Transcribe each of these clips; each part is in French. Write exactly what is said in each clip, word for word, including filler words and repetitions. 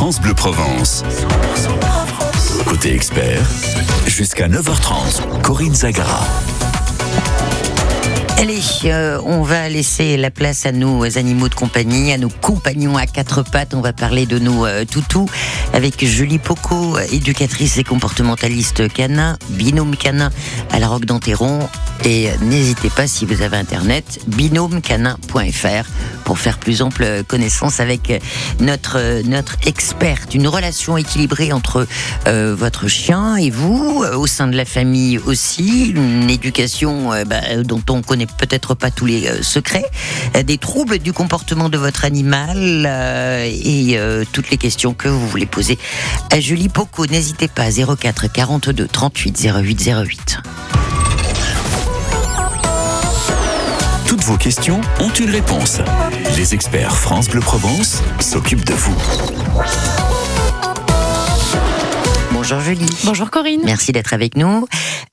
France Bleu Provence. Côté expert, jusqu'à neuf heures trente, Corinne Zagara. Allez, euh, on va laisser la place à nos animaux de compagnie, à nos compagnons à quatre pattes. On va parler de nos euh, toutous avec Julie Pocot, éducatrice et comportementaliste canin, binôme canin à la Roque d'Enterron. Et n'hésitez pas, si vous avez internet, binôme canin point f r pour faire plus ample connaissance avec notre, notre experte. Une relation équilibrée entre euh, votre chien et vous, euh, au sein de la famille aussi. Une éducation euh, bah, dont on connaît peut-être pas tous les euh, secrets. Euh, des troubles du comportement de votre animal euh, et euh, toutes les questions que vous voulez poser à Julie Pocot. N'hésitez pas, zéro quatre quarante-deux trente-huit zéro huit zéro huit. Toutes vos questions ont une réponse. Les experts France Bleu Provence s'occupent de vous. Bonjour Julie. Bonjour Corinne. Merci d'être avec nous.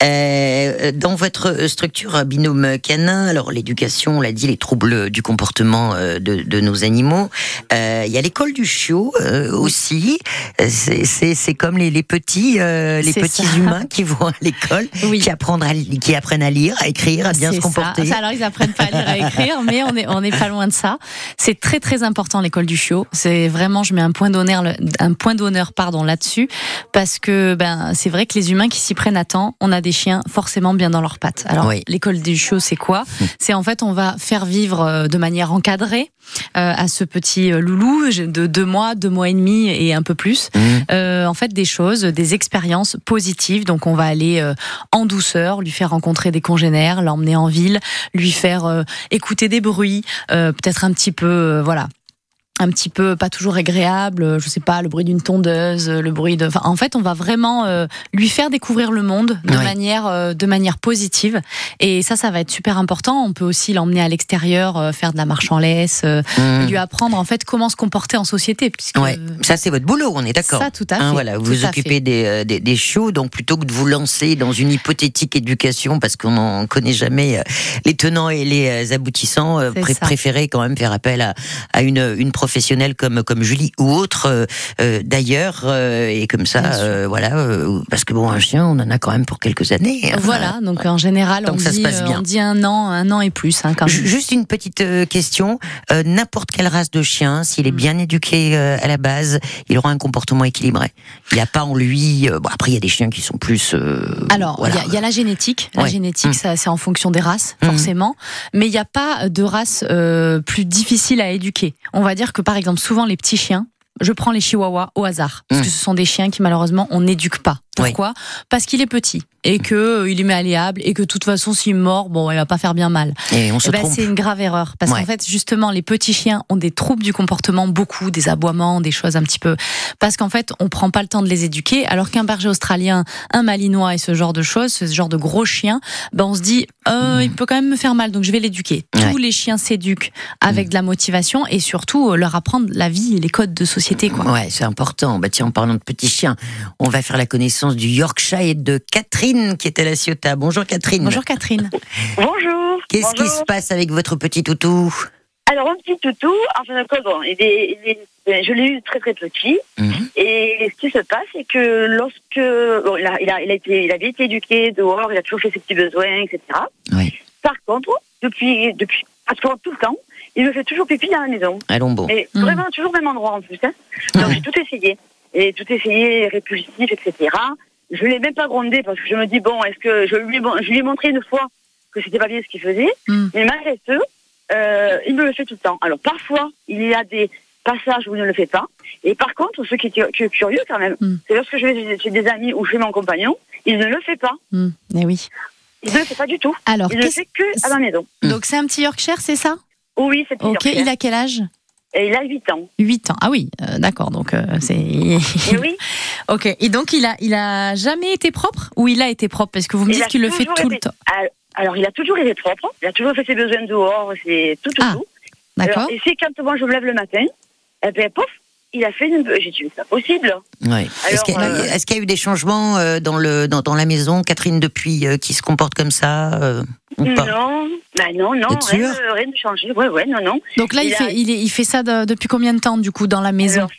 Euh, dans votre structure binôme canin, alors l'éducation, on l'a dit, les troubles du comportement de, de nos animaux. Euh, il y a l'école du chiot euh, aussi. C'est, c'est, c'est comme les, les petits, euh, les petits ça. humains qui vont à l'école, oui. qui, apprennent à, qui apprennent à lire, à écrire, à bien c'est se comporter. Ça. Alors ils apprennent pas à lire, à écrire, mais on est on est pas loin de ça. C'est très très important l'école du chiot. C'est vraiment, je mets un point d'honneur, un point d'honneur pardon là-dessus, parce que ben c'est vrai que les humains qui s'y prennent à temps, on a des chiens forcément bien dans leurs pattes. Alors oui. l'école du chiot, c'est quoi ? C'est en fait on va faire vivre de manière encadrée euh, à ce petit loulou de deux mois, deux mois et demi et un peu plus. Mmh. Euh, en fait des choses, des expériences positives. Donc on va aller euh, en douceur, lui faire rencontrer des congénères, l'emmener en ville, lui faire euh, écouter des bruits, euh, peut-être un petit peu, euh, voilà. un petit peu pas toujours agréable, je sais pas, le bruit d'une tondeuse, le bruit de, enfin, en fait, on va vraiment euh, lui faire découvrir le monde de oui. manière euh, de manière positive. Et ça, ça va être super important. On peut aussi l'emmener à l'extérieur, euh, faire de la marche en laisse, euh, mmh. lui apprendre en fait comment se comporter en société. Puisque ouais. ça, c'est votre boulot, on est d'accord. Ça, tout à fait. Hein, voilà, vous vous occupez des, euh, des des chiots, donc plutôt que de vous lancer dans une hypothétique éducation, parce qu'on n'en connaît jamais euh, les tenants et les aboutissants, euh, pré- préférez quand même faire appel à à une une professionnels comme comme Julie ou autres euh, euh, d'ailleurs euh, et comme ça euh, voilà euh, parce que bon un chien on en a quand même pour quelques années hein. Voilà donc ouais. en général on dit, on dit un an un an et plus hein, quand même. Juste une petite euh, question euh, n'importe quelle race de chien s'il est bien éduqué euh, à la base il aura un comportement équilibré, il n'y a pas en lui euh, bon après il y a des chiens qui sont plus euh, alors il voilà. y, y a la génétique la ouais. génétique mmh. ça c'est en fonction des races forcément mmh. mais il n'y a pas de race euh, plus difficile à éduquer. On va dire que par exemple, souvent les petits chiens, je prends les chihuahuas au hasard, parce mmh. que ce sont des chiens qui malheureusement on n'éduque pas. Pourquoi ? Oui. Parce qu'il est petit et que euh, il est malléable et que de toute façon s'il mord, bon, il va pas faire bien mal. Et on se et ben, trompe. C'est une grave erreur parce ouais. qu'en fait justement les petits chiens ont des troubles du comportement, beaucoup des aboiements, des choses un petit peu parce qu'en fait on prend pas le temps de les éduquer, alors qu'un berger australien, un malinois et ce genre de choses, ce genre de gros chiens, ben on se dit euh, mmh. il peut quand même me faire mal donc je vais l'éduquer. Ouais. Tous les chiens s'éduquent avec mmh. de la motivation et surtout euh, leur apprendre la vie et les codes de société quoi. Ouais, c'est important. Bah tiens, en parlant de petits chiens, on va faire la connaissance du Yorkshire de Catherine qui est à La Ciotat. Bonjour Catherine. Bonjour Catherine. Bonjour. Qu'est-ce Bonjour. qui se passe avec votre petit toutou ? Alors un petit toutou, en fin de compte, bon, il est, il est, je l'ai eu très très petit. Mm-hmm. Et ce qui se passe, c'est que lorsque bon, il a, il a, il a été, il avait été éduqué dehors, il a toujours fait ses petits besoins, et cetera. Oui. Par contre, depuis, depuis, parce que tout le temps, il me fait toujours pipi dans la maison. Allons bon. Et mm. vraiment toujours au même endroit en plus. Hein. Donc mm. j'ai tout essayé. Et tout essayé, répulsif, et cetera. Je ne l'ai même pas grondé parce que je me dis, bon, est-ce que je lui, bon, je lui ai montré une fois que c'était pas bien ce qu'il faisait, mm. mais malgré ce, euh, il me le fait tout le temps. Alors parfois, il y a des passages où il ne le fait pas. Et par contre, ce qui est curieux quand même, mm. c'est lorsque je vais chez des amis ou chez mon compagnon, il ne le fait pas. Mm. Eh oui. Il ne le fait pas du tout. Alors, il ne le fait que à la maison. Donc c'est un petit Yorkshire, c'est ça ? Oui, c'est un petit Ok, Yorkshire. Il a quel âge ? Et il a huit ans. huit ans. Ah oui, euh, d'accord. Donc euh, c'est. Et oui. Ok. Et donc il a, il a jamais été propre ou il a été propre parce que vous me dites qu'il le fait tout été... le temps. Alors il a toujours été propre. Il a toujours fait ses besoins dehors. C'est tout, tout, ah, tout. D'accord. Alors, et c'est quand moi je me lève le matin, et ben pof, il a fait une. J'ai dit c'est pas possible. Ouais. Est-ce qu'il y, euh... est-ce qu'il y a eu des changements euh, dans le dans, dans la maison, Catherine, depuis euh, qui se comporte comme ça euh, ou pas ? Non, bah non, non, rien, rien de changé. Ouais, ouais, non, non. Donc là, il, il, a... fait, il, est, il fait ça de, depuis combien de temps, du coup, dans la maison ? Alors, ça,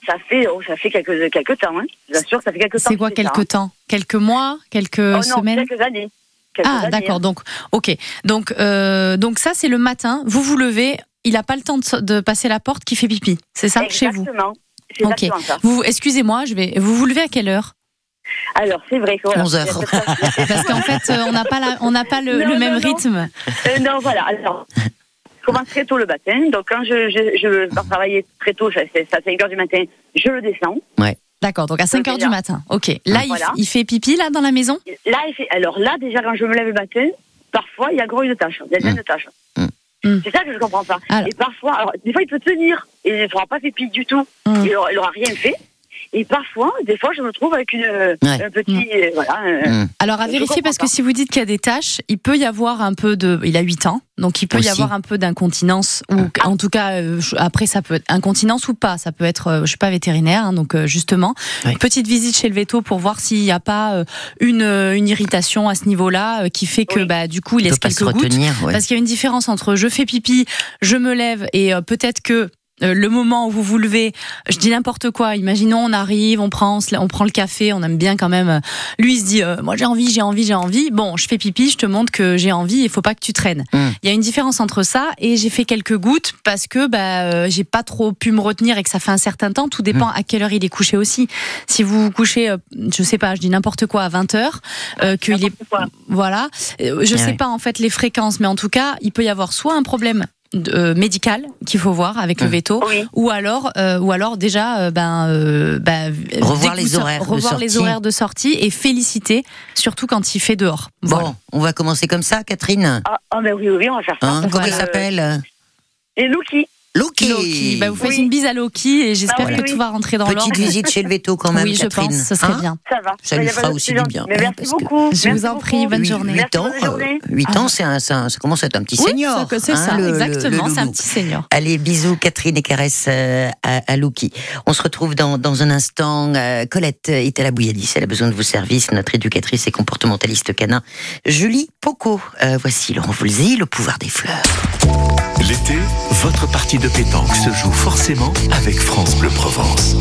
Ça fait, oh, ça fait quelques, quelques temps, hein. Je vous assure, ça fait quelques temps. C'est quoi quelques ça, temps hein. Quelques mois, quelques oh non, semaines? Quelques années. Quelques ah, années, d'accord. Hein. Donc, ok. Donc, euh, donc ça, c'est le matin. Vous vous levez. Il n'a pas le temps de, de passer la porte qui fait pipi. C'est ça, exactement, chez vous? C'est exactement okay. ça. Vous, excusez-moi, je vais. Vous vous levez à quelle heure? Alors, c'est vrai que voilà, onze heures. Parce qu'en fait, on n'a pas, la, on n'a pas le, non, le même non, rythme. Euh, non, voilà. Alors, je commence très tôt le matin. Donc, quand je, je, je pars travailler très tôt, ça, c'est à cinq heures du matin, je le descends. Ouais. D'accord, donc à cinq heures du matin. Ok. Là, voilà. il, il fait pipi, là, dans la maison? Là, il fait. Alors là, déjà, quand je me lève le matin, parfois, il y a gros de tâches. Il y a plein mmh. de tâches. Mmh. C'est ça que je comprends pas. Alors. Et parfois, alors, des fois, il peut tenir et il ne fera pas pipi du tout. Mmh. Il n'aura rien fait. Et parfois, des fois, je me trouve avec une, ouais. un petit... Mmh. Euh, voilà, euh, Alors, à vérifier, parce que si vous dites qu'il y a des tâches, il peut y avoir un peu de... Il a huit ans, donc il peut Aussi. y avoir un peu d'incontinence, ou ah. en tout cas, euh, après, ça peut être incontinence ou pas. Ça peut être, euh, je ne suis pas vétérinaire, hein, donc euh, justement, ouais. petite visite chez le véto pour voir s'il n'y a pas euh, une, une irritation à ce niveau-là, euh, qui fait que, oui. bah, du coup, il, il laisse quelques gouttes. Retenir, ouais. Parce qu'il y a une différence entre je fais pipi, je me lève, et euh, peut-être que le moment où vous vous levez, je dis n'importe quoi, imaginons on arrive, on prend, on prend le café, on aime bien quand même, lui il se dit euh, moi j'ai envie, j'ai envie, j'ai envie, bon je fais pipi, je te montre que j'ai envie, il faut pas que tu traînes. Mmh. Il y a une différence entre ça et j'ai fait quelques gouttes parce que bah, euh, j'ai pas trop pu me retenir et que ça fait un certain temps, tout dépend mmh. à quelle heure il est couché aussi. Si vous vous couchez, euh, je sais pas, je dis n'importe quoi à vingt heures, euh, qu'il est... Quoi. Voilà, euh, je ah sais oui. pas en fait les fréquences, mais en tout cas il peut y avoir soit un problème Euh, médical qu'il faut voir avec mmh. le véto, oui. ou alors, euh, ou alors déjà, euh, ben, euh, ben, revoir les horaires, revoir de les horaires de sortie et féliciter, surtout quand il fait dehors. Bon, voilà. On va commencer comme ça, Catherine. Ah, oh, ben oui, oui, on va faire ça. Hein, comment il s'appelle? Et Loki. Loki. Loki. Bah, vous faites oui. une bise à Loki et j'espère ah, oui, que oui. tout va rentrer dans l'ordre. Petite visite chez le véto quand même, oui, je Catherine. pense, ce serait hein bien. Ça va. Ça lui fera aussi du bien. Mais merci parce beaucoup. Que... Je merci vous en prie, beaucoup. bonne journée. huit ans, huit ans, c'est un, ça, ça commence à être un petit senior. Oui, c'est ça, hein, le, exactement, le, le c'est un petit senior. Allez, bisous Catherine et caresses euh, à, à Loki. On se retrouve dans, dans un instant. Euh, Colette est à la bouilladisse, elle a besoin de vos services. Notre éducatrice et comportementaliste canin, Julie Pocot. Euh, voici Laurent Voulzy, le pouvoir des fleurs. L'été, votre partie de pétanque se joue forcément avec France Bleu Provence.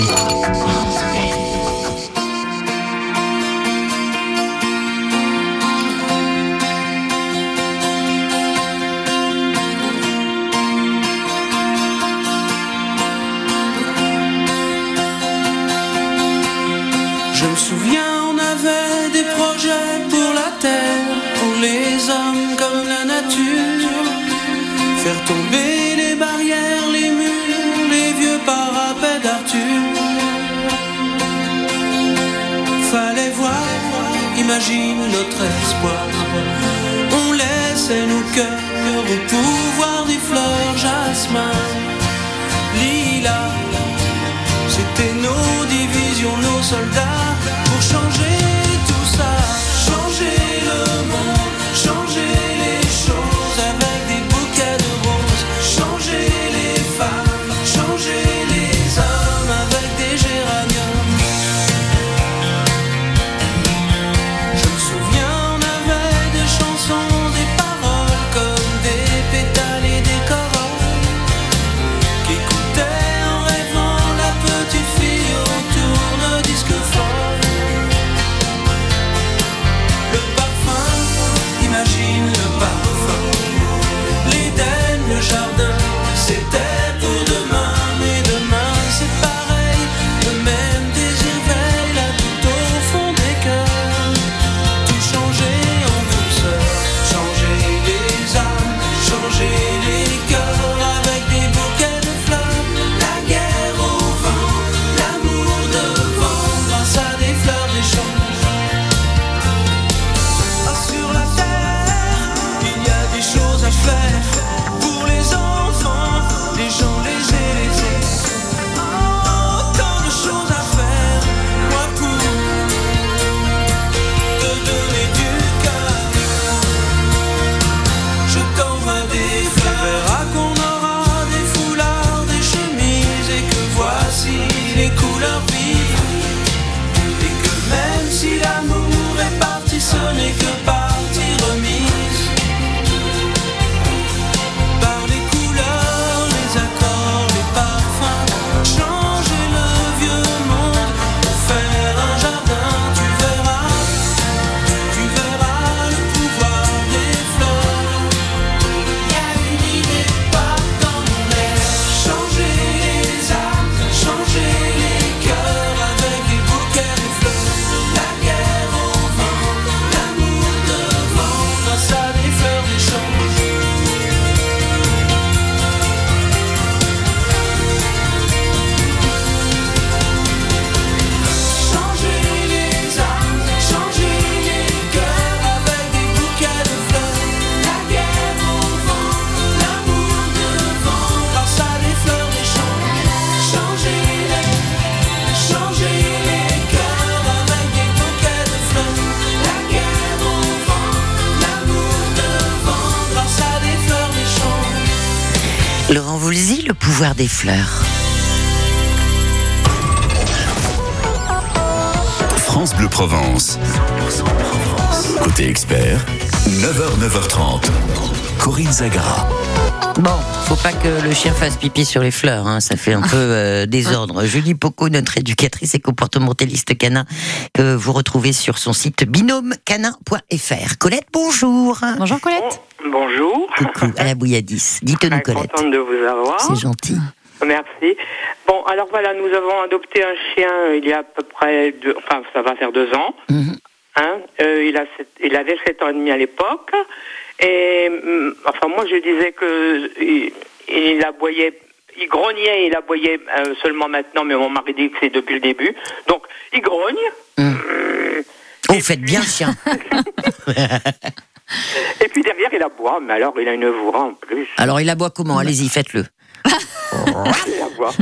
Je me souviens, on avait des projets pour la terre, pour les hommes comme la nature. Faire tomber les barrières, les murs, les vieux parapets d'Arthur. Fallait voir, imagine notre espoir. On laissait nos cœurs au pouvoir des fleurs, jasmin, lilas. C'était nos divisions, nos soldats, pour changer tout ça, changer le monde, changer les choses avec des bouquets de roses, changer les femmes, changer les hommes avec des géraniums. Je me souviens, on avait des chansons, des paroles comme des pétales et des corolles qui écoutaient en rêvant la petite fille au tourne-disque folle. Le parfum, imagine le parfum. L'Éden, le jardin, c'était pour demain, mais pouvoir des fleurs. France Bleu Provence. Côté expert, neuf heures, neuf heures trente. Corinne Zagara. Bon, faut pas que le chien fasse pipi sur les fleurs, hein, ça fait un peu euh, désordre. Julie Pocot, notre éducatrice et comportementaliste canin, que vous retrouvez sur son site binôme canin point f r. Colette, bonjour. Bonjour Colette. Bon, bonjour. Coucou, à la bouilladisse. Dites-nous, Très Colette. contente de vous avoir. C'est gentil. Merci. Bon, alors voilà, nous avons adopté un chien euh, il y a à peu près deux, enfin ça va faire deux ans. Mm-hmm. Hein, euh, il a sept, il avait sept ans et demi à l'époque. Et hum, enfin moi je disais que il, il aboyait, il grognait, il aboyait euh, seulement maintenant, mais mon mari dit que c'est depuis le début. Donc il grogne. Mm. Hum, Oh, faites bien le chien. et puis derrière il aboie, mais alors il a une voix en plus. Alors il aboie comment? Allez-y, faites-le. Il aboie.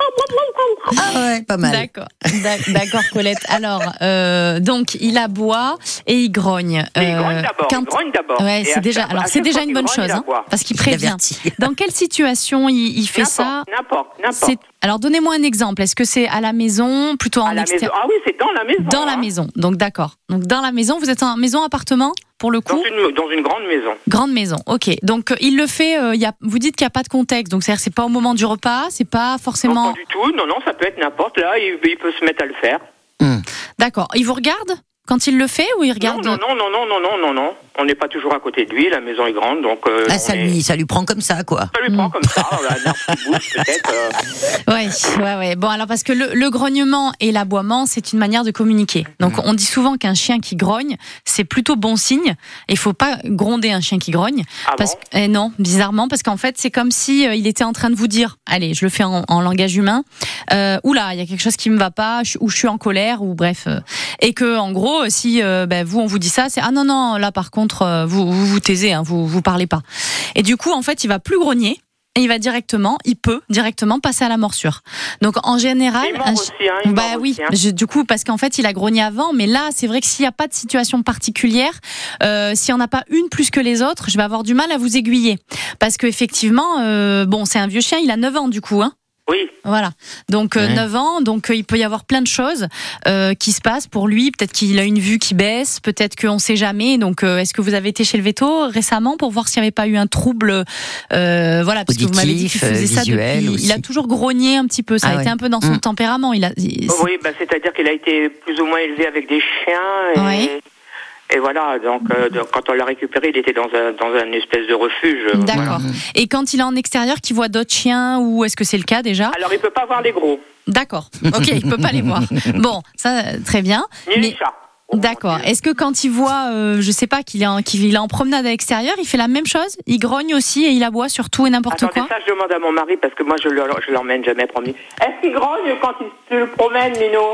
Ah ouais, pas mal. D'accord, D'ac- d'accord Colette. Alors, euh, donc il aboie et il grogne. Et il Euh, grogne d'abord. quand- Il grogne d'abord. Ouais, Et c'est à déjà. chaque- Alors à c'est chaque déjà fois une qu'il bonne grogne, chose, il hein, aboie. parce qu'il Il prévient. avertit. Dans quelle situation il, il fait ça? N'importe, n'importe. C'est- Alors donnez-moi un exemple. Est-ce que c'est à la maison, plutôt en À la maison. extérieur? Ah oui, c'est dans la maison. Dans la hein. maison. Donc d'accord. Donc dans la maison, vous êtes en maison, appartement pour le coup? Dans une, dans une grande maison. Grande maison, ok. Donc euh, il le fait, euh, il y a, vous dites qu'il n'y a pas de contexte, donc c'est-à-dire c'est pas au moment du repas, c'est pas Non, forcément... pas du tout. Non, non, ça peut être n'importe. Là, il, il peut se mettre à le faire. D'accord. Il vous regarde quand il le fait ou il regarde... Non, non, non, non, non, non, non, non. On n'est pas toujours à côté de lui. La maison est grande, donc. Euh, Ah, on ça est- lui, ça lui prend comme ça, quoi. Ça lui prend comme ça. On a un arbre qui bouge peut-être. euh. Ouais, ouais, ouais. Bon, alors parce que le, le grognement et l'aboiement, c'est une manière de communiquer. Donc on dit souvent qu'un chien qui grogne, c'est plutôt bon signe. Il faut pas gronder un chien qui grogne. Ah Parce bon que, eh non, bizarrement, parce qu'en fait, c'est comme si euh, il était en train de vous dire, allez, je le fais en, en langage humain. Euh, oula, il y a quelque chose qui me va pas, je- ou je suis en colère, ou bref. euh, et que en gros, si euh, ben, vous on vous dit ça, c'est ah non non, là par contre, euh, vous vous, vous taisez, hein, vous vous parlez pas. Et du coup, en fait, il va plus grogner. Et il va directement, il peut directement passer à la morsure. Donc en général, Il mord un aussi, chi- hein, il bah mord oui, aussi, hein. je- du coup parce qu'en fait il a grogné avant, mais là c'est vrai que s'il n'y a pas de situation particulière, euh, s'il n'y en a pas une plus que les autres, je vais avoir du mal à vous aiguiller, parce que effectivement, euh, bon c'est un vieux chien, il a neuf ans du coup, hein. Oui. Voilà. Donc euh, Ouais. neuf ans, donc euh, il peut y avoir plein de choses euh, qui se passent pour lui. Peut-être qu'il a une vue qui baisse, peut-être qu'on ne sait jamais. Donc euh, est-ce que vous avez été chez le véto récemment pour voir s'il n'y avait pas eu un trouble, euh, voilà, parce que vous m'avez dit qu'il Auditif, faisait ça visuel depuis. aussi. Il a toujours grogné un petit peu. Ça Ah a été ouais. un peu dans son Mm. tempérament. Il a. il- Oui, bah, c'est-à-dire qu'il a été plus ou moins élevé avec des chiens. Et, Oui. et voilà, donc euh, donc, quand on l'a récupéré, il était dans un, dans un espèce de refuge. euh, voilà. D'accord. Et quand il est en extérieur, qu'il voit d'autres chiens, ou est-ce que c'est le cas déjà? Alors, il peut pas voir les gros, D'accord. Ok, il peut pas les voir. Bon, ça très bien. ni Mais- les chats. D'accord. Est-ce que quand il voit, euh, je sais pas, qu'il est, en, qu'il est en promenade à l'extérieur, il fait la même chose? Il grogne aussi et il aboie sur tout et n'importe Attendez, quoi? ça, je demande à mon mari, parce que moi, je ne je l'emmène jamais, promis. Est-ce qu'il grogne quand il se le promène, Mino?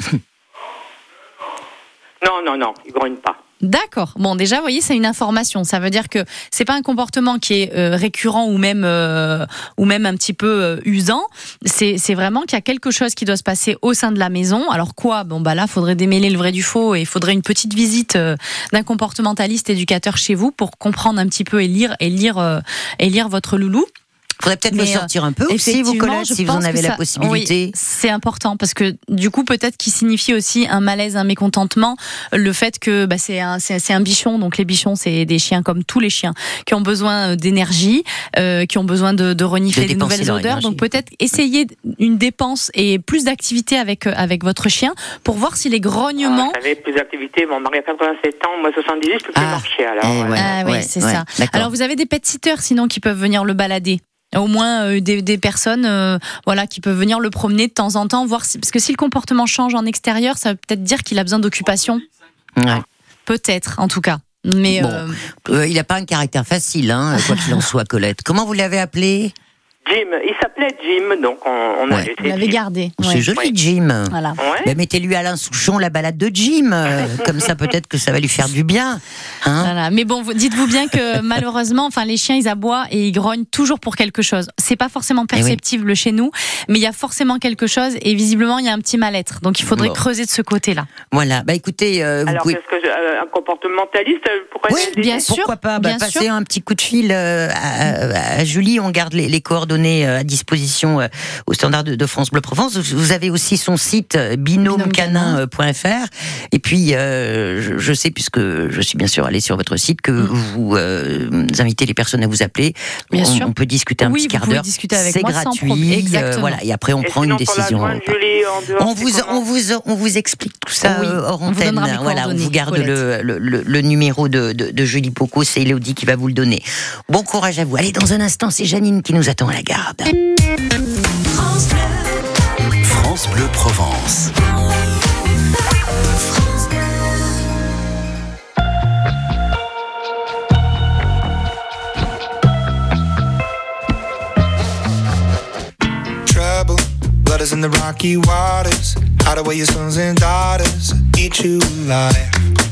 Non, non, non, il grogne pas. D'accord. Bon, déjà, vous voyez, c'est une information. Ça veut dire que c'est pas un comportement qui est euh, récurrent ou même euh, ou même un petit peu euh, usant. C'est c'est vraiment qu'il y a quelque chose qui doit se passer au sein de la maison. Alors quoi? Bon bah là, faudrait démêler le vrai du faux et il faudrait une petite visite euh, d'un comportementaliste éducateur chez vous pour comprendre un petit peu et lire et lire euh, et lire votre loulou. Faudrait peut-être le Mais, euh, sortir un peu aussi, vous, Effectivement, Colette, je si vous en pense avez que la ça- possibilité. Oui, c'est important parce que du coup, peut-être qu'il signifie aussi un malaise, un mécontentement, le fait que bah, c'est un, c'est, c'est un bichon. Donc les bichons, c'est des chiens comme tous les chiens qui ont besoin d'énergie, euh, qui ont besoin de, de renifler De des dépenser nouvelles leur odeurs. énergie. Donc peut-être essayer une dépense et plus d'activité avec avec votre chien pour voir si les grognements. Ah, j'avais plus d'activité. Mon mari a quatre-vingt-sept ans, moi soixante-dix, je peux plus Ah. marcher alors. Eh ouais. Ah oui, c'est ça. D'accord. Alors vous avez des pet-sitters sinon qui peuvent venir le balader. Au moins euh, des, des personnes euh, voilà, qui peuvent venir le promener de temps en temps, voir si, parce que si le comportement change en extérieur, ça veut peut-être dire qu'il a besoin d'occupation. Ouais. Peut-être, en tout cas. Mais Bon. euh, Euh, il n'a pas un caractère facile, hein, quoi qu'il en soit, Colette. Comment vous l'avez appelé? Jim, il s'appelait Jim, donc on, on a Ouais. laissé vous l'avez Jim. gardé. C'est Ouais. joli, Ouais. Jim. Voilà. Ouais. Ben, mettez-lui Alain Souchon la balade de Jim. euh, comme ça, peut-être que ça va lui faire du bien. Hein. Voilà. Mais bon, vous- dites-vous bien que malheureusement, enfin, les chiens, ils aboient et ils grognent toujours pour quelque chose. C'est pas forcément Eh oui. perceptible chez nous, mais il y a forcément quelque chose et visiblement, il y a un petit mal-être. Donc, il faudrait Bon. creuser de ce côté-là. Voilà. Bah écoutez, euh, vous Alors, pouvez. qu'est-ce que je- euh, un comportementaliste euh, pourrait Oui, l'aider bien sûr. Pourquoi pas bah, bien passer sûr. un petit coup de fil euh, à, à- à Julie. On garde les, les coordonnées. coordonnées à disposition au standard de, de France Bleu Provence. Vous avez aussi son site binôme canin point f r. Et puis, euh, je, je sais, puisque je suis bien sûr allée sur votre site, que mmh. vous euh, invitez les personnes à vous appeler. Bien on, sûr. on peut discuter un oui, petit quart d'heure. C'est moi gratuit. Exactement. Euh, voilà. Et après, on et prend une décision. Julie, on, vous, on, vous, on vous explique tout ça oui, hors antenne. On voilà, on vous garde le, le, le, le numéro de, de, de Julie Pocot. C'est Élodie qui va vous le donner. Bon courage à vous. Allez, dans un instant, c'est Janine qui nous attend à la garde. France Bleu, France Bleu Provence. Trouble, blood is in the rocky waters. Hide away your sons and daughters. Eat you alive.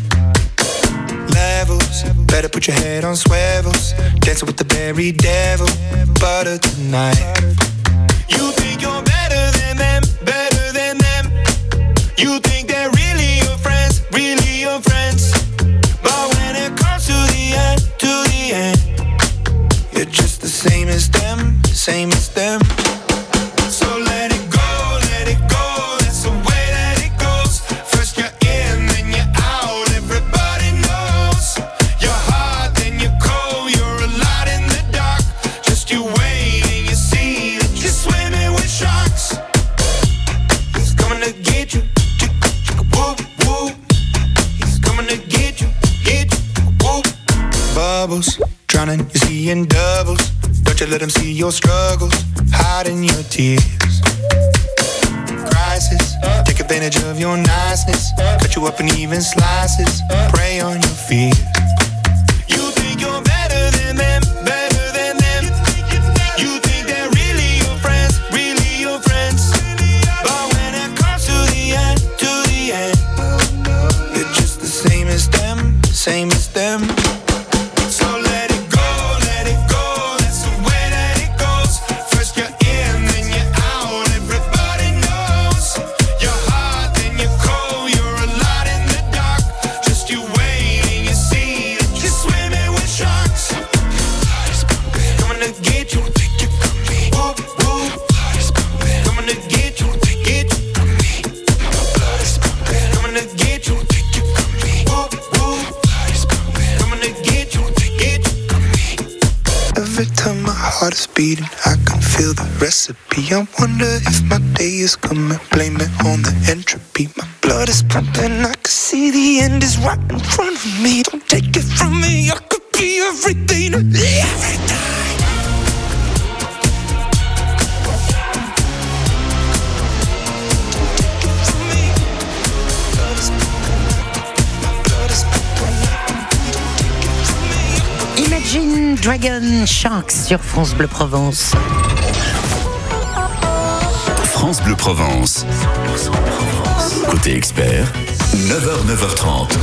Levels, better put your head on swivels. Dancing with the very devil, butter tonight. You think you're better than them, better than them. You think they're really your friends, really your friends. But when it comes to the end, to the end, you're just the same as them, same as them. So let it go, let it go, that's the way that it goes. First you're in, then you're out, everybody knows. You're hot, then you're cold, you're a lot in the dark. Just you wait and you see that you're swimming with sharks. He's coming to get you, whoop, whoop. He's coming to get you, get you, whoop. Bubbles, drowning, you're seeing doubles. Don't you let him see your struggles, hiding your tears. Crisis, take advantage of your niceness. Cut you up in even slices, prey on your fears. You think you're better than them, better than them. You think they're really your friends, really your friends. But when it comes to the end, to the end, you're just the same as them, same as them. So let it go, let it go, that's the way that it goes. First you're in, then you're out, everybody knows. You're hot, then you're cold, you're a lot in the dark. Just you wait and you see that you're swimming with sharks. Coming to get you, whoop, whoop. Coming to get you, get you. Coming to get you, whoop, whoop. Coming to get you, get you. Every time my heart is beating, I can feel the recipe. I wonder if my day is coming. Blame it on the entropy. My blood is pumping. I can see the end is right in front of me. Don't take it from me. I could be everything. Everything. Imagine Dragon Sharks sur France Bleu Provence. France Bleu Provence. Côté expert, neuf heures neuf heures trente.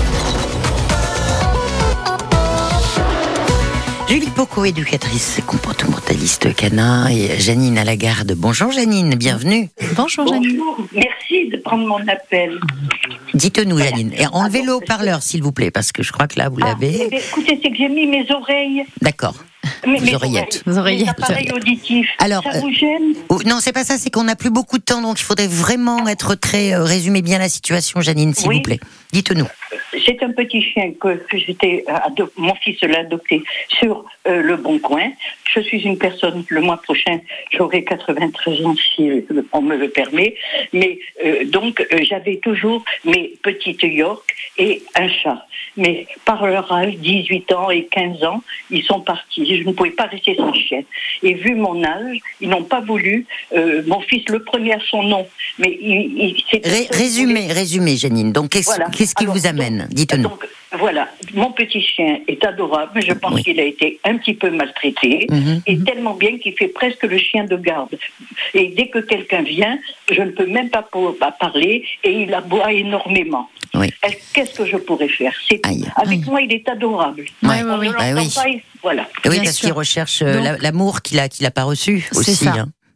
Julie Pocot, éducatrice comportementaliste canin, et Janine à la garde. Bonjour Janine, bienvenue. Bonjour Janine. Bonjour, merci de prendre mon appel. Dites-nous Janine, et enlevez le haut-parleur s'il vous plaît, parce que je crois que là vous Ah, l'avez. eh bien, écoutez, c'est que j'ai mis mes oreilles. D'accord. Mes, Les mes oreillettes. Les oreillettes. Mes appareils auditifs. Alors, ça euh, vous gêne? Oh, non, c'est pas ça, c'est qu'on n'a plus beaucoup de temps, donc il faudrait vraiment être très... Euh, résumer bien la situation, Janine, s'il Oui. vous plaît. Dites-nous. C'est un petit chien que, que j'étais euh, ado- mon fils l'a adopté sur euh, le Bon Coin. Je suis une personne, le mois prochain, j'aurai quatre-vingt-treize ans si euh, on me le permet. Mais euh, donc, euh, j'avais toujours mes petites York et un chat. Mais par leur âge, dix-huit ans et quinze ans, ils sont partis. Je ne pouvais pas rester sans chien. Et vu mon âge, ils n'ont pas voulu. Euh, mon fils le prenait à son nom. Mais il, il, c'est Ré- résumez, résumez, Janine. Donc, qu'est-ce, Voilà. qu'est-ce qui Alors, vous amène? donc, Dites-nous. Donc, voilà, mon petit chien est adorable, mais je pense Oui. qu'il a été un petit peu maltraité, Mhm, et tellement bien qu'il fait presque le chien de garde. Et dès que quelqu'un vient, je ne peux même pas pour- pas parler, et il aboie énormément. Oui. Est-ce- Qu'est-ce que je pourrais faire? C'est tout. Aïe. Avec Aïe. moi, il est adorable. Ouais, Ouais. ouais, On oui. ne Bah l'entend oui. pas, il- voilà. Oui, Bien parce sûr. qu'il recherche euh, Donc- la- l'amour qu'il a, qu'il a pas reçu C'est aussi. ça. hein.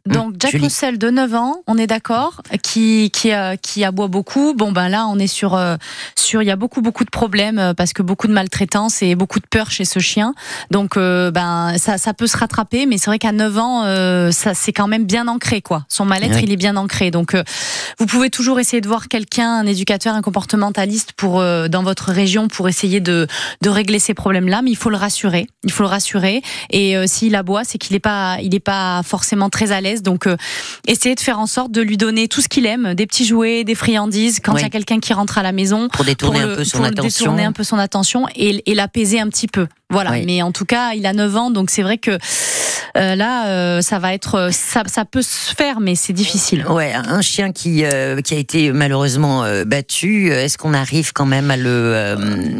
Donc Jack Julie. Russell de neuf ans, on est d'accord, qui qui euh, qui aboie beaucoup. Bon ben là on est sur euh, sur il y a beaucoup beaucoup de problèmes euh, parce que beaucoup de maltraitance et beaucoup de peur chez ce chien. Donc euh, ben ça ça peut se rattraper, mais c'est vrai qu'à neuf ans euh, ça c'est quand même bien ancré quoi. Son mal-être Oui. il est bien ancré. Donc euh, vous pouvez toujours essayer de voir quelqu'un, un éducateur, un comportementaliste pour euh, dans votre région pour essayer de de régler ces problèmes là, mais il faut le rassurer. Il faut le rassurer et euh, s'il aboie, c'est qu'il est pas il est pas forcément très à l'aise. Donc, euh, essayez de faire en sorte de lui donner tout ce qu'il aime, des petits jouets, des friandises, quand il Oui. y a quelqu'un qui rentre à la maison. Pour détourner pour un le- peu son pour attention. détourner un peu son attention et, et l'apaiser un petit peu. Voilà. Oui. Mais en tout cas, il a neuf ans, donc c'est vrai que euh, là, euh, ça va être, ça, ça peut se faire, mais c'est difficile. Ouais, un chien qui euh, qui a été malheureusement euh, battu. Est-ce qu'on arrive quand même à le euh,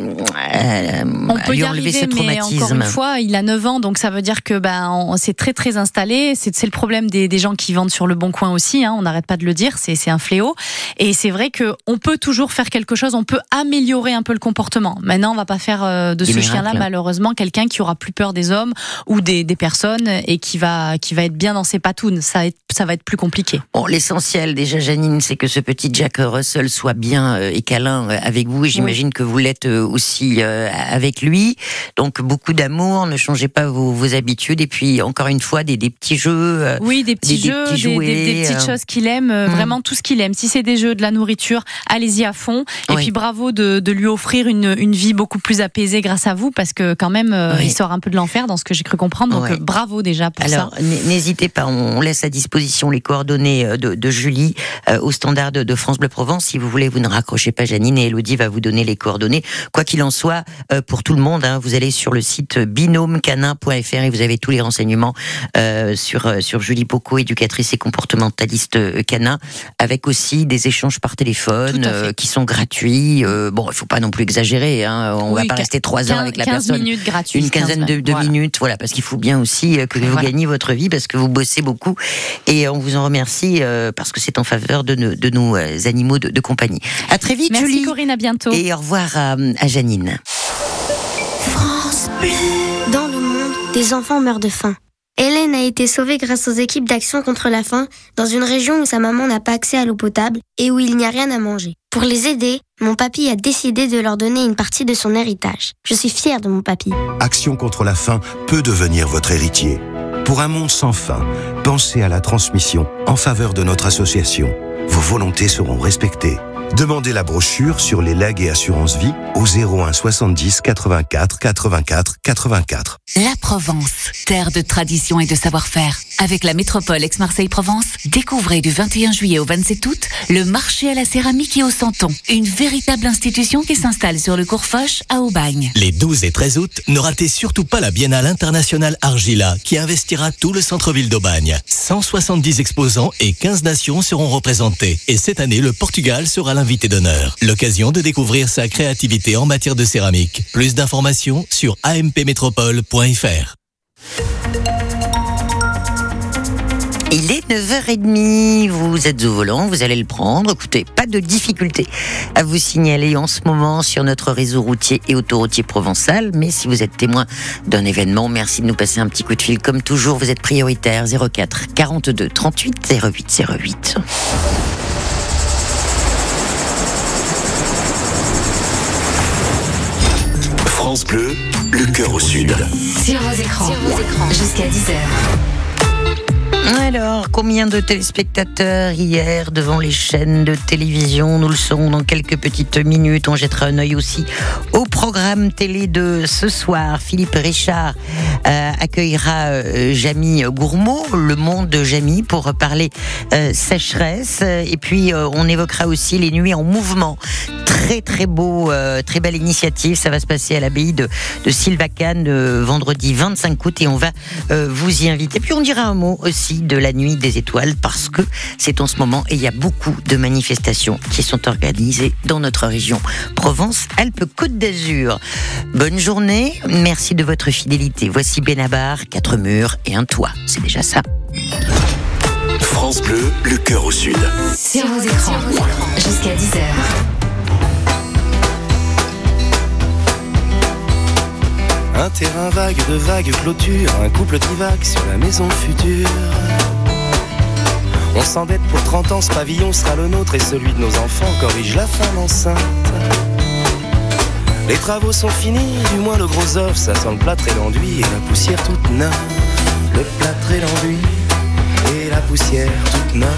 à, On à peut lui y enlever arriver, ce mais traumatisme? encore une fois, il a neuf ans, donc ça veut dire que ben on, c'est très très installé. C'est, c'est le problème des, des gens qui vendent sur le Bon Coin aussi. Hein, on n'arrête pas de le dire, c'est, c'est un fléau. Et c'est vrai que on peut toujours faire quelque chose. On peut améliorer un peu le comportement. Maintenant, on va pas faire euh, de Des ce miracles. chien-là malheureusement quelqu'un qui aura plus peur des hommes ou des, des personnes et qui va qui va être bien dans ses patounes. Ça va être, ça va être plus compliqué. Bon, l'essentiel déjà, Janine, c'est que ce petit Jack Russell soit bien euh, et câlin euh, avec vous. Et j'imagine que vous l'êtes euh, aussi euh, avec lui. Donc beaucoup d'amour. Ne changez pas vos, vos habitudes. Et puis encore une fois, des, des petits jeux. euh, Oui, des petits des- des jeux, petits des, des- jouets, des petites euh. choses qu'il aime, euh, Mm. vraiment tout ce qu'il aime. Si c'est des jeux, de la nourriture, allez-y à fond. Et Oui. puis bravo de, de lui offrir une, une vie beaucoup plus apaisée grâce à vous, parce que quand même, euh, Oui. il sort un peu de l'enfer dans ce que j'ai cru comprendre. Donc Ouais. euh, bravo déjà pour Alors, ça. n- n'hésitez pas, on laisse à disposition les coordonnées euh, de, de Julie euh, au standard de, de France Bleu Provence. Si vous voulez, vous ne raccrochez pas, Janine, et Elodie va vous donner les coordonnées. Quoi qu'il en soit, euh, pour tout le monde, hein, vous allez sur le site binôme canin point f r et vous avez tous les renseignements euh, sur, euh, sur Julie Poco, éducatrice et comportementaliste euh, canin, avec aussi des échanges par téléphone Tout à fait. euh, qui sont gratuits. Euh, bon, il faut pas non plus exagérer, hein, on Oui, va pas quin- rester trois heures quinze- avec la quinze personne. minutes gratuites. Une quinzaine de, quinze, de voilà. minutes, voilà, parce qu'il faut bien aussi euh, que vous Voilà. gagniez votre vie, parce que vous bossez beaucoup, et on vous en remercie euh, parce que c'est en faveur de nos, de nos euh, animaux de, de compagnie. À très vite, Merci Julie, Corinne, à bientôt. et au revoir à, à Janine. France Bleu. Dans le monde, des enfants meurent de faim. Hélène a été sauvée grâce aux équipes d'action contre la faim dans une région où sa maman n'a pas accès à l'eau potable et où il n'y a rien à manger. Pour les aider, mon papy a décidé de leur donner une partie de son héritage. Je suis fière de mon papy. Action contre la faim peut devenir votre héritier. Pour un monde sans faim, pensez à la transmission en faveur de notre association. Vos volontés seront respectées. Demandez la brochure sur les legs et assurances vie au zéro un soixante-dix quatre-vingt-quatre quatre-vingt-quatre quatre-vingt-quatre. La Provence, terre de tradition et de savoir-faire. Avec la métropole Aix-Marseille-Provence, découvrez du vingt et un juillet au vingt-sept août le marché à la céramique et au Santon. Une véritable institution qui s'installe sur le cours Foch à Aubagne. Les douze et treize août, ne ratez surtout pas la Biennale internationale Argila qui investira tout le centre-ville d'Aubagne. cent soixante-dix exposants et quinze nations seront représentés. Et cette année, le Portugal sera l'invité d'honneur. L'occasion de découvrir sa créativité en matière de céramique. Plus d'informations sur a m p métropole point f r. Il est neuf heures trente, vous êtes au volant, vous allez le prendre. Écoutez, pas de difficulté à vous signaler en ce moment sur notre réseau routier et autoroutier provençal, mais si vous êtes témoin d'un événement, merci de nous passer un petit coup de fil. Comme toujours, vous êtes prioritaire, zéro quatre quarante-deux trente-huit zéro huit zéro huit. France Bleu, le cœur au sud. Sur vos écrans, jusqu'à dix heures. Alors, combien de téléspectateurs hier devant les chaînes de télévision? Nous le saurons dans quelques petites minutes. On jettera un œil aussi au programme télé de ce soir. Philippe Richard euh, accueillera euh, Jamie Gourmaud, le monde de Jamie, pour parler euh, sécheresse. Et puis, euh, on évoquera aussi les nuits en mouvement. Très très beau, euh, très belle initiative. Ça va se passer à l'abbaye de, de Sylvacane euh, vendredi vingt-cinq août et on va euh, vous y inviter. Puis on dira un mot aussi de la nuit des étoiles parce que c'est en ce moment et il y a beaucoup de manifestations qui sont organisées dans notre région Provence-Alpes-Côte d'Azur. Bonne journée, merci de votre fidélité. Voici Benabar, quatre murs et un toit. C'est déjà ça. France Bleu, le cœur au sud. Sur vos écrans, jusqu'à dix heures. Un terrain vague de vagues clôtures, un couple divague sur la maison future. On s'endette pour trente ans, ce pavillon sera le nôtre et celui de nos enfants, corrige la femme enceinte. Les travaux sont finis, du moins le gros œuf, ça sent le plâtre et l'enduit et la poussière toute neuve. Le plâtre et l'enduit et la poussière toute neuve.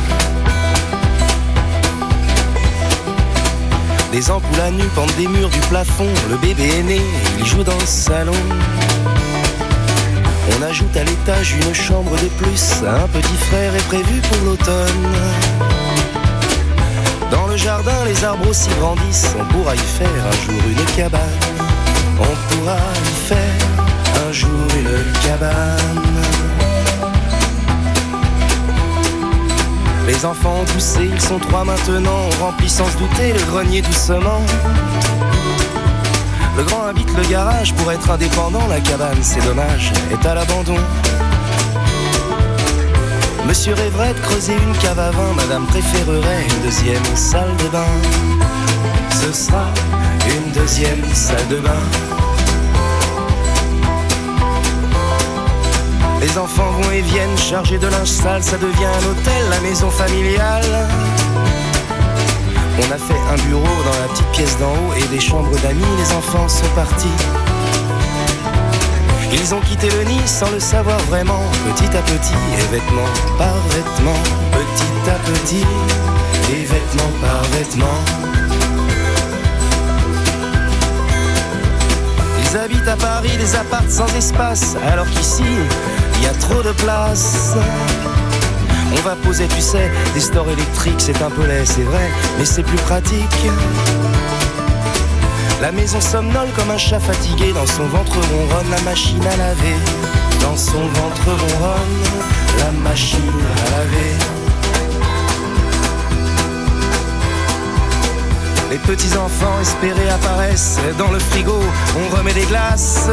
Des ampoules à nu pendent des murs du plafond. Le bébé est né, il joue dans le salon. On ajoute à l'étage une chambre de plus. Un petit frère est prévu pour l'automne. Dans le jardin, les arbres aussi grandissent. On pourra y faire un jour une cabane. On pourra y faire un jour une cabane. Les enfants ont poussé, ils sont trois maintenant. On remplit sans se douter le grenier doucement. Le grand habite le garage pour être indépendant. La cabane, c'est dommage, est à l'abandon. Monsieur rêverait de creuser une cave à vin. Madame préférerait une deuxième salle de bain. Ce sera une deuxième salle de bain. Les enfants vont et viennent chargés de linge sale. Ça devient un hôtel, la maison familiale. On a fait un bureau dans la petite pièce d'en haut et des chambres d'amis. Les enfants sont partis. Ils ont quitté le nid sans le savoir vraiment. Petit à petit, et vêtement par vêtement. Petit à petit, et vêtement par vêtement. Ils habitent à Paris des apparts sans espace, alors qu'ici, il y a trop de place. On va poser, tu sais, des stores électriques, c'est un peu laid, c'est vrai, mais c'est plus pratique. La maison somnole comme un chat fatigué. Dans son ventre ronronne la machine à laver. Dans son ventre ronronne la machine à laver. Les petits enfants espérés apparaissent. Dans le frigo, on remet des glaces.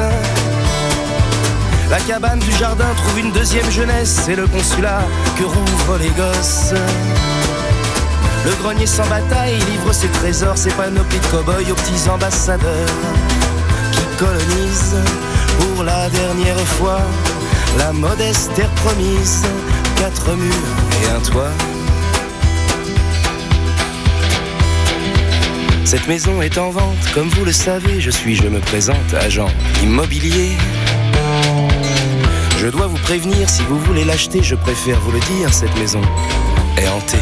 La cabane du jardin trouve une deuxième jeunesse. C'est le consulat que rouvrent les gosses. Le grenier sans bataille livre ses trésors, ses panoplies de cow-boys aux petits ambassadeurs qui colonisent pour la dernière fois la modeste terre promise. Quatre murs et un toit. Cette maison est en vente, comme vous le savez. Je suis, je me présente, agent immobilier. Je dois vous prévenir, si vous voulez l'acheter, je préfère vous le dire, cette maison est hantée.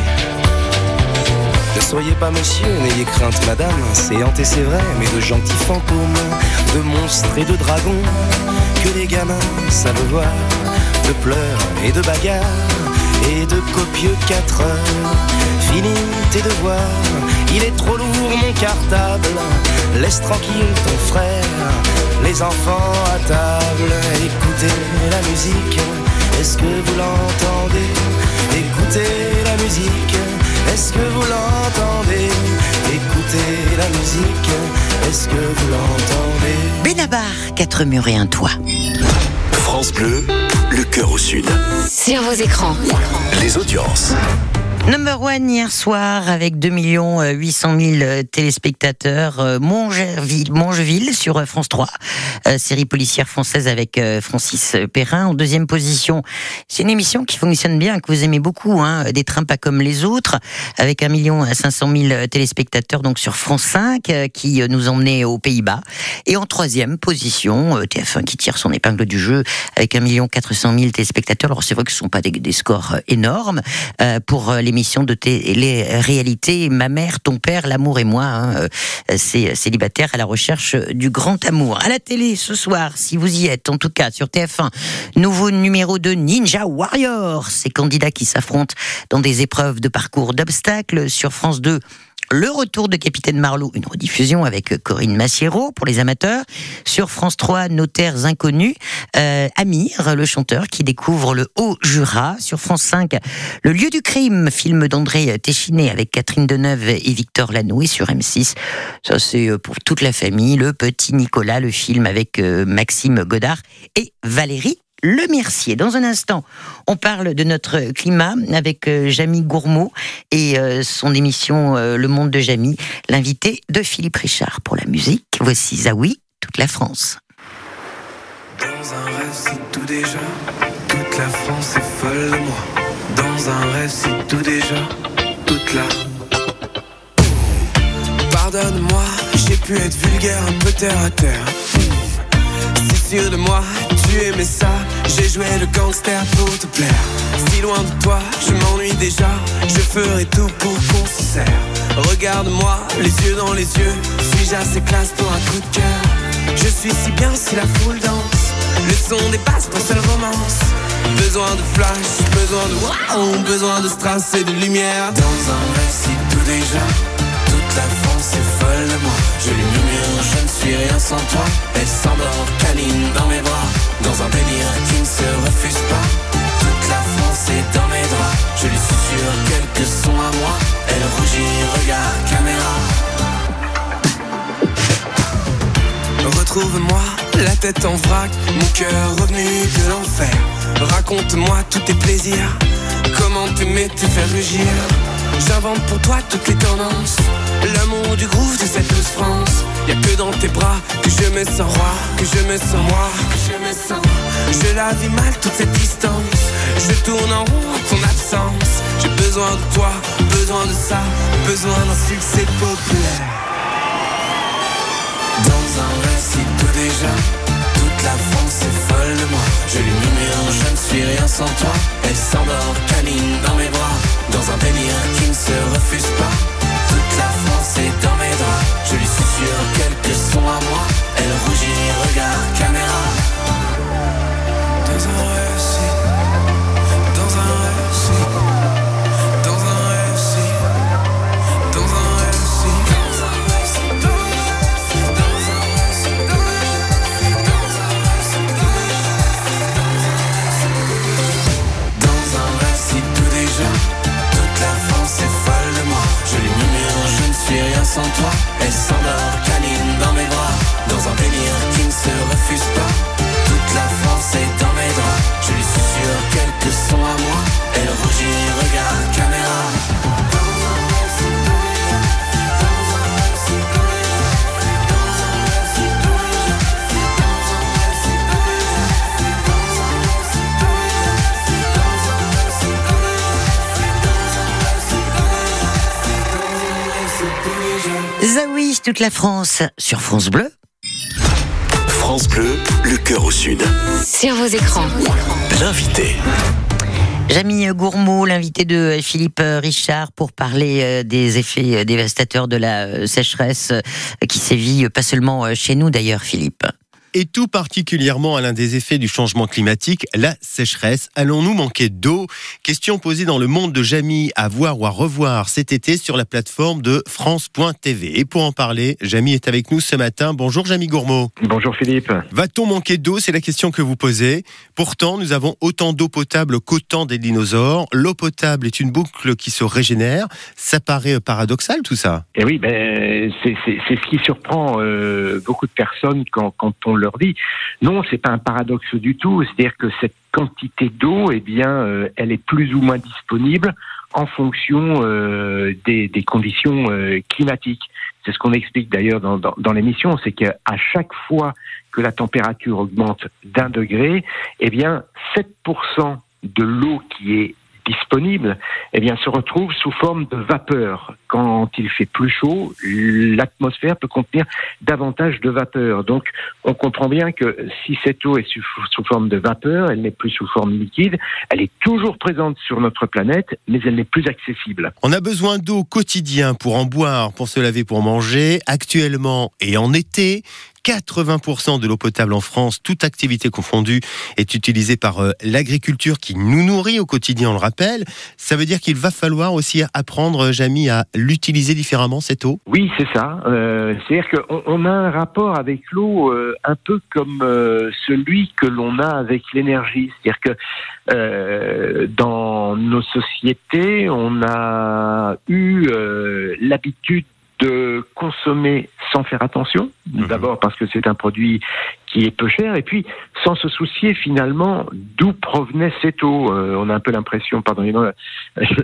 Ne soyez pas monsieur, n'ayez crainte madame, c'est hanté c'est vrai, mais de gentils fantômes, de monstres et de dragons, que les gamins savent voir, de pleurs et de bagarres, et de copieux quatre heures. Finis tes devoirs, il est trop lourd mon cartable, laisse tranquille ton frère, les enfants à table. Écoutez la musique, est-ce que vous l'entendez? Écoutez la musique, est-ce que vous l'entendez? Écoutez la musique, est-ce que vous l'entendez? Benabar, quatre murs et un toit. France Bleu, le cœur au sud. Sur vos écrans. Les audiences. Number one hier soir avec deux millions huit cent mille téléspectateurs, euh, Mongeville, Mongeville sur France trois, euh, série policière française avec euh, Francis Perrin. En deuxième position, c'est une émission qui fonctionne bien, que vous aimez beaucoup, hein, Des trains pas comme les autres, avec un million cinq cent mille téléspectateurs donc sur France cinq, euh, qui nous emmenait aux Pays-Bas. Et en troisième position, euh, T F un qui tire son épingle du jeu avec un million quatre cent mille téléspectateurs. Alors c'est vrai que ce ne sont pas des, des scores énormes euh, pour euh, les émission de télé-réalité Ma mère, ton père, l'amour et moi, hein, c'est célibataire à la recherche du grand amour. À la télé ce soir, si vous y êtes, en tout cas sur T F un, nouveau numéro de Ninja Warrior, ces candidats qui s'affrontent dans des épreuves de parcours d'obstacles. Sur France deux, le retour de Capitaine Marlowe, une rediffusion avec Corinne Massiero pour les amateurs. Sur France trois, Notaires inconnus, euh, Amir, le chanteur qui découvre le Haut-Jura. Sur France cinq, Le lieu du crime, film d'André Téchiné avec Catherine Deneuve et Victor Lanoux. Et sur M six, ça c'est pour toute la famille, Le Petit Nicolas, le film avec euh, Maxime Godard et Valérie Le Mercier. Dans un instant, on parle de notre climat avec euh, Jamie Gourmaud et euh, son émission euh, Le Monde de Jamie, l'invité de Philippe Richard. Pour la musique, voici Zawi, Toute la France. Dans un rêve, c'est tout déjà. Toute la France est folle de moi. Dans un rêve, c'est tout déjà, toute là. Pardonne-moi, j'ai pu être vulgaire, un peu terre à terre. Si sûr de moi, tu aimais ça, j'ai joué le gangster pour te plaire. Si loin de toi, je m'ennuie déjà, je ferai tout pour qu'on se serre. Regarde-moi, les yeux dans les yeux, suis-je assez classe pour un coup de cœur? Je suis si bien si la foule danse, le son dépasse ton seule romance. Besoin de flash, besoin de wow, besoin de strass et de lumière. Dans un récit tout déjà, toute la France est folle de moi. Je lui murmure, je ne suis rien sans toi. Elle s'endort, câline dans mes bras, dans un délire qui ne se refuse pas. Toute la France est dans mes draps, je lui susurre quelques sons à moi. Elle rougit, regarde caméra. Retrouve-moi, la tête en vrac, mon cœur revenu de l'enfer. Raconte-moi tous tes plaisirs, comment t'aimer te faire rugir. J'invente pour toi toutes les tendances, l'amour du groove de cette douce France. Y'a que dans tes bras que je me sens roi, que je me sens moi, que je me sens. Je la vis mal toute cette distance, je tourne en rond en ton absence. J'ai besoin de toi, besoin de ça, besoin d'un succès populaire. Dans un récit tout déjà, toute la France est folle de moi. Je lui murmure, je ne suis rien sans toi. Elle s'endort, câline dans mes bras, dans un délire qui ne se refuse pas. Toute la France est dans mes draps, je lui susurre quelques sons à moi. Elle rougit, regarde caméra. Dans un récit, dans un récit, dans un récit, dans un récit, dans un récit, dans un récit. Sans toi, elle s'endort, câline dans mes bras, dans un délire qui ne se refuse pas. Toute la France est dans mes draps, je lui susurre quelques sons à moi. Elle rougit, regarde caméra. Zawi, toute la France, sur France Bleu. France Bleu, le cœur au sud. Sur vos écrans. L'invité. Jamy Gourmaud, l'invité de Philippe Richard, pour parler des effets dévastateurs de la sécheresse qui sévit pas seulement chez nous d'ailleurs, Philippe. Et tout particulièrement à l'un des effets du changement climatique, la sécheresse. Allons-nous manquer d'eau? Question posée dans Le Monde de Jamy, à voir ou à revoir cet été sur la plateforme de France point T V. Et pour en parler, Jamy est avec nous ce matin. Bonjour Jamy Gourmaud. Bonjour Philippe. Va-t-on manquer d'eau? C'est la question que vous posez. Pourtant, nous avons autant d'eau potable qu'au temps des dinosaures. L'eau potable est une boucle qui se régénère. Ça paraît paradoxal tout ça? Et oui, ben, c'est, c'est, c'est ce qui surprend euh, beaucoup de personnes quand, quand on leur dit. Non, c'est pas un paradoxe du tout. C'est-à-dire que cette quantité d'eau, eh bien, euh, elle est plus ou moins disponible en fonction euh, des, des conditions euh, climatiques. C'est ce qu'on explique d'ailleurs dans, dans, dans l'émission, c'est qu'à chaque fois que la température augmente d'un degré, eh bien, sept pour cent de l'eau qui est disponible, eh bien, se retrouve sous forme de vapeur. Quand il fait plus chaud, l'atmosphère peut contenir davantage de vapeur. Donc, on comprend bien que si cette eau est sous, sous forme de vapeur, elle n'est plus sous forme liquide, elle est toujours présente sur notre planète, mais elle n'est plus accessible. On a besoin d'eau au quotidien pour en boire, pour se laver, pour manger. Actuellement et en été, quatre-vingts pour cent de l'eau potable en France, toute activité confondue, est utilisée par euh, l'agriculture qui nous nourrit au quotidien, on le rappelle. Ça veut dire qu'il va falloir aussi apprendre, Jamy, à l'utiliser différemment, cette eau? Oui, c'est ça. Euh, c'est-à-dire qu'on on a un rapport avec l'eau euh, un peu comme euh, celui que l'on a avec l'énergie. C'est-à-dire que euh, dans nos sociétés, on a eu euh, l'habitude de consommer sans faire attention, mmh. D'abord parce que c'est un produit qui est peu cher, et puis sans se soucier finalement d'où provenait cette eau. Euh, on a un peu l'impression, pardonnez-moi,